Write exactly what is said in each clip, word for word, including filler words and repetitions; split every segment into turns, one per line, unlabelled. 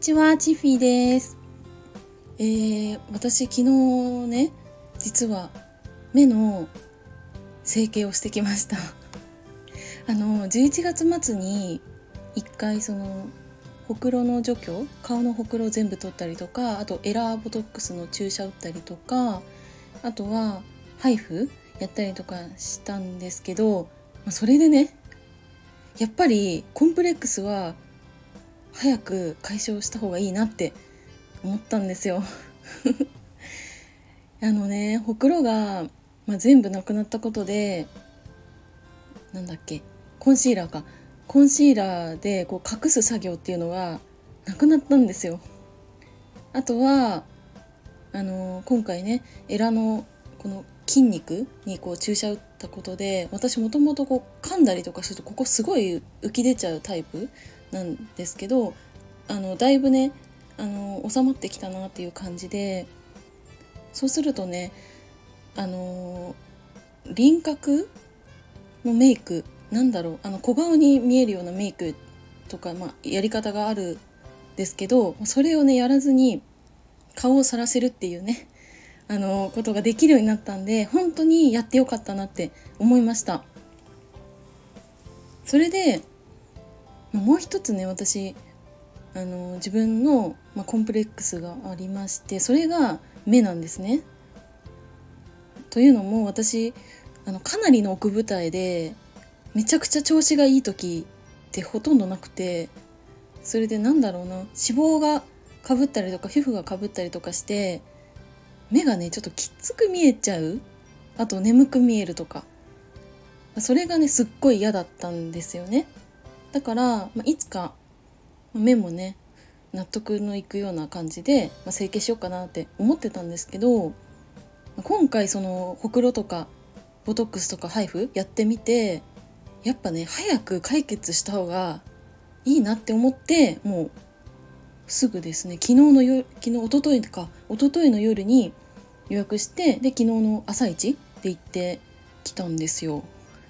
ちは、チッフィーです。えー、私昨日ね、実は目の整形をしてきましたあのじゅういちがつ末に一回そのほくろの除去、顔のほくろを全部取ったりとか、あとエラーボトックスの注射打ったりとか、あとはハイフやったりとかしたんですけど、それでね、やっぱりコンプレックスは早く解消した方がいいなって思ったんですよあのね、ほくろが、まあ、全部なくなったことで、なんだっけ、コンシーラーかコンシーラーでこう隠す作業っていうのがなくなったんですよ。あとはあの今回ね、エラのこの筋肉にこう注射打ったことで、私もともとこう噛んだりとかするとここすごい浮き出ちゃうタイプなんですけど、あのだいぶね、あの収まってきたなっていう感じで、そうするとね、あの輪郭のメイク、なんだろう、あの小顔に見えるようなメイクとか、まあ、やり方があるんですけど、それをねやらずに顔をさらせるっていうね、あのことができるようになったんで、本当にやってよかったなって思いました。それでもう一つね、私あの自分の、まあ、コンプレックスがありまして、それが目なんですね。というのも、私あのかなりの奥舞台でめちゃくちゃ調子がいい時ってほとんどなくて、それでなんだろうな、脂肪がかぶったりとか皮膚がかぶったりとかして目がねちょっときつく見えちゃう、あと眠く見えるとか、それがねすっごい嫌だったんですよね。だから、まあ、いつか目もね納得のいくような感じで、まあ、整形しようかなって思ってたんですけど、今回そのほくろとかボトックスとかハイフやってみて、やっぱね早く解決した方がいいなって思って、もうすぐですね、昨日の夜昨日一昨日か一昨日の夜に予約して、で昨日の朝一で行ってきたんですよ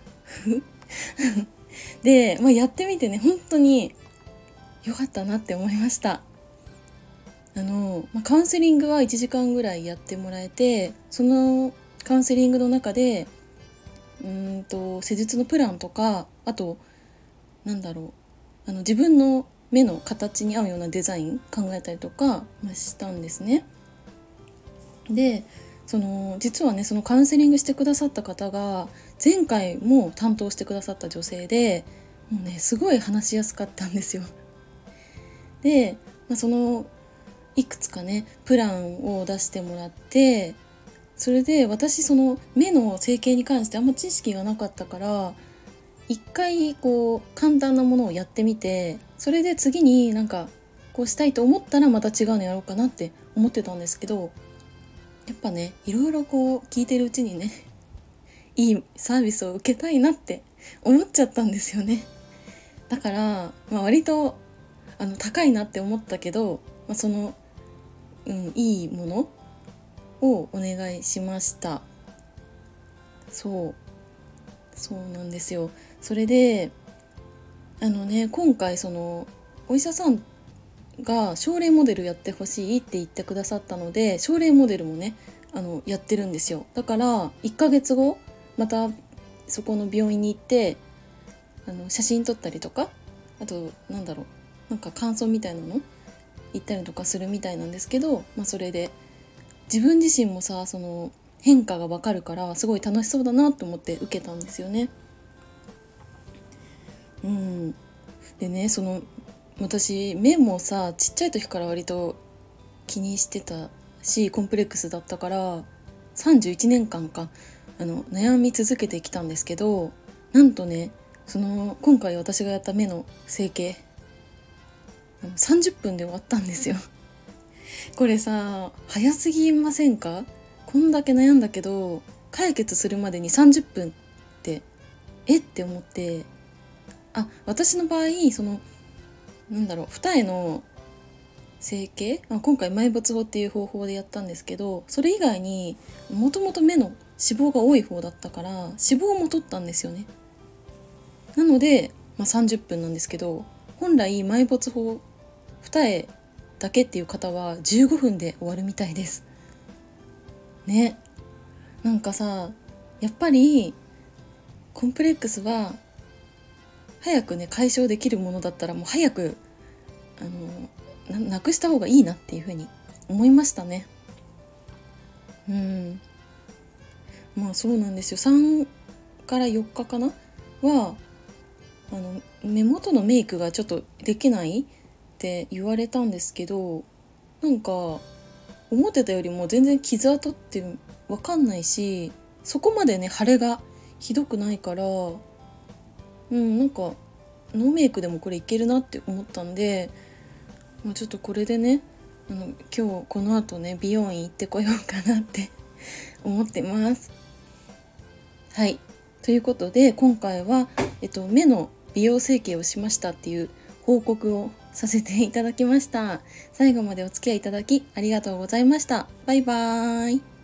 で、まあ、やってみてね、本当に良かったなって思いました。あの、まあ、カウンセリングはいちじかんぐらいやってもらえて、そのカウンセリングの中でうーんと施術のプランとか、あとなんだろう、あの自分の目の形に合うようなデザイン考えたりとかしたんですね。でその実はね、そのカウンセリングしてくださった方が前回も担当してくださった女性で、もうねすごい話しやすかったんですよ。で、まあ、そのいくつかねプランを出してもらって、それで私その目の整形に関してあんま知識がなかったから、一回こう簡単なものをやってみて、それで次になんかこうしたいと思ったらまた違うのやろうかなって思ってたんですけど、やっぱねいろいろこう聞いてるうちにね、いいサービスを受けたいなって思っちゃったんですよね。だから、まあ、割とあの高いなって思ったけど、まあ、その、うん、いいものをお願いしました。そうそうなんですよ。それであのね、今回そのお医者さんが症例モデルやってほしいって言ってくださったので、症例モデルもねあのやってるんですよ。だからいっかげつごまたそこの病院に行って、あの写真撮ったりとか、あとなんだろう、なんか感想みたいなの言ったりとかするみたいなんですけど、まあ、それで自分自身もさ、その変化がわかるからすごい楽しそうだなと思って受けたんですよね。うん、でね、その私目もさちっちゃい時から割と気にしてたし、コンプレックスだったからさんじゅういちねんかんかあの悩み続けてきたんですけど、なんとね、その今回私がやった目の整形、あのさんじゅっぷんで終わったんですよこれさ早すぎませんか？こんだけ悩んだけど解決するまでにさんじゅっぷんってえって思って、あ、私の場合そのなんだろう、二重の整形、まあ、今回埋没法っていう方法でやったんですけど、それ以外にもともと目の脂肪が多い方だったから脂肪も取ったんですよね。なので、まあ、さんじゅっぷんなんですけど、本来埋没法二重だけっていう方はじゅうごふんで終わるみたいですね。なんかさ、やっぱりコンプレックスは早くね解消できるものだったらもう早くあの な, なくした方がいいなっていうふうに思いましたね。うん、まあそうなんですよ。さんからよっかかなはあの目元のメイクがちょっとできないって言われたんですけど、なんか思ってたよりも全然傷跡って分かんないし、そこまでね腫れがひどくないから、うんなんかノーメイクでもこれいけるなって思ったんで、まあ、ちょっとこれでねあの今日この後ね美容院行ってこようかなって思ってます。はい、ということで今回は、えっと、目の美容整形をしましたっていう報告をさせていただきました。最後までお付き合いいただきありがとうございました。バイバーイ。